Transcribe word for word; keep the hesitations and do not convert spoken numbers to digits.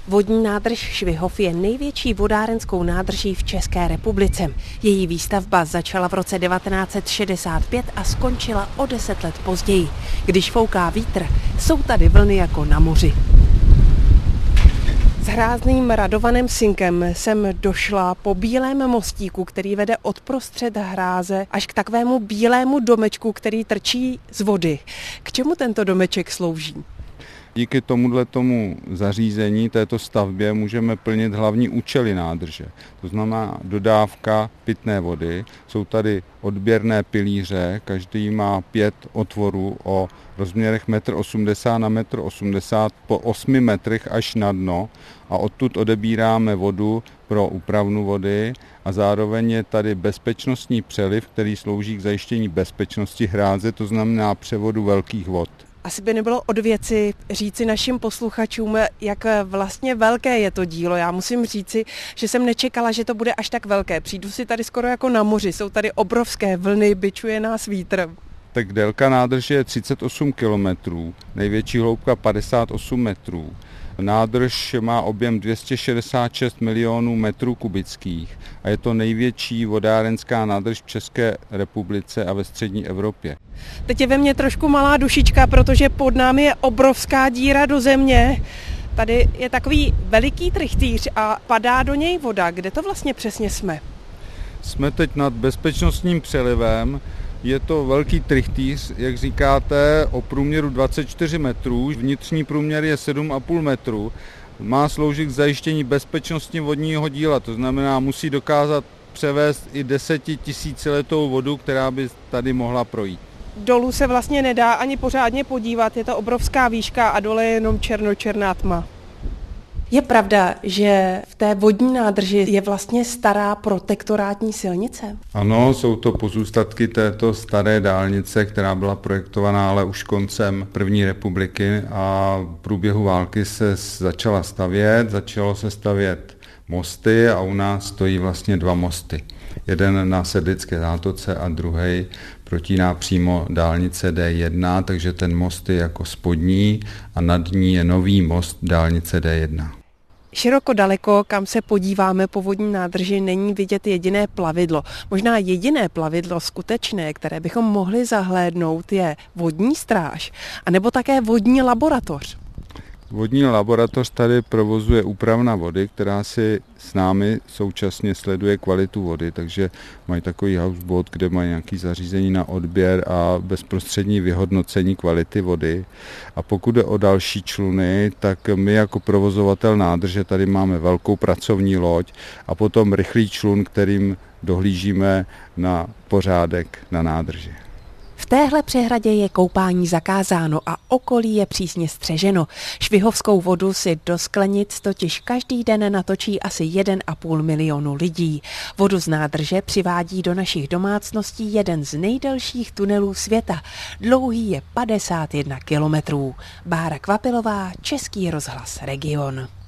Vodní nádrž Švihov je největší vodárenskou nádrží v České republice. Její výstavba začala v roce devatenáct set šedesát pět a skončila o deset let později. Když fouká vítr, jsou tady vlny jako na moři. S hrázným Radovanem Synkem jsem došla po bílém mostíku, který vede odprostřed hráze až k takovému bílému domečku, který trčí z vody. K čemu tento domeček slouží? Díky tomuhle tomu zařízení, této stavbě, můžeme plnit hlavní účely nádrže. To znamená dodávka pitné vody. Jsou tady odběrné pilíře, každý má pět otvorů o rozměrech metr osmdesát na metr osmdesát po osmi metrech až na dno a odtud odebíráme vodu pro úpravnu vody a zároveň je tady bezpečnostní přeliv, který slouží k zajištění bezpečnosti hráze, to znamená převodu velkých vod. Asi by nebylo od věci říci našim posluchačům, jak vlastně velké je to dílo. Já musím říci, že jsem nečekala, že to bude až tak velké. Přijdu si tady skoro jako na moři, jsou tady obrovské vlny, bičuje nás vítr. Tak délka nádrže je třicet osm kilometrů, největší hloubka padesát osm metrů. Nádrž má objem dvě stě šedesát šest milionů metrů kubických a je to největší vodárenská nádrž v České republice a ve střední Evropě. Teď je ve mně trošku malá dušička, protože pod námi je obrovská díra do země. Tady je takový veliký trychtýř a padá do něj voda. Kde to vlastně přesně jsme? Jsme teď nad bezpečnostním přelivem. Je to velký trychtýř, jak říkáte, o průměru dvacet čtyři metrů, vnitřní průměr je sedm a půl metru. Má sloužit k zajištění bezpečnosti vodního díla, to znamená, musí dokázat převést i desetitisíciletou vodu, která by tady mohla projít. Dolů se vlastně nedá ani pořádně podívat, je to obrovská výška a dole je jenom černočerná tma. Je pravda, že v té vodní nádrži je vlastně stará protektorátní silnice? Ano, jsou to pozůstatky této staré dálnice, která byla projektovaná ale už koncem první republiky a v průběhu války se začala stavět, začalo se stavět mosty a u nás stojí vlastně dva mosty. Jeden na Sedlické zátoce a druhý protíná přímo dálnice D jedna, takže ten most je jako spodní a nad ní je nový most dálnice D jedna. Široko daleko, kam se podíváme po vodní nádrži, není vidět jediné plavidlo. Možná jediné plavidlo skutečné, které bychom mohli zahlédnout, je vodní stráž, anebo také vodní laboratoř. Vodní laboratoř tady provozuje úpravna vody, která si s námi současně sleduje kvalitu vody, takže mají takový houseboat, kde mají nějaké zařízení na odběr a bezprostřední vyhodnocení kvality vody. A pokud jde o další čluny, tak my jako provozovatel nádrže tady máme velkou pracovní loď a potom rychlý člun, kterým dohlížíme na pořádek na nádrži. V téhle přehradě je koupání zakázáno a okolí je přísně střeženo. Švihovskou vodu si do sklenic totiž každý den natočí asi jeden a půl milionu lidí. Vodu z nádrže přivádí do našich domácností jeden z nejdelších tunelů světa. Dlouhý je padesát jedna kilometrů. Bára Kvapilová, Český rozhlas Region.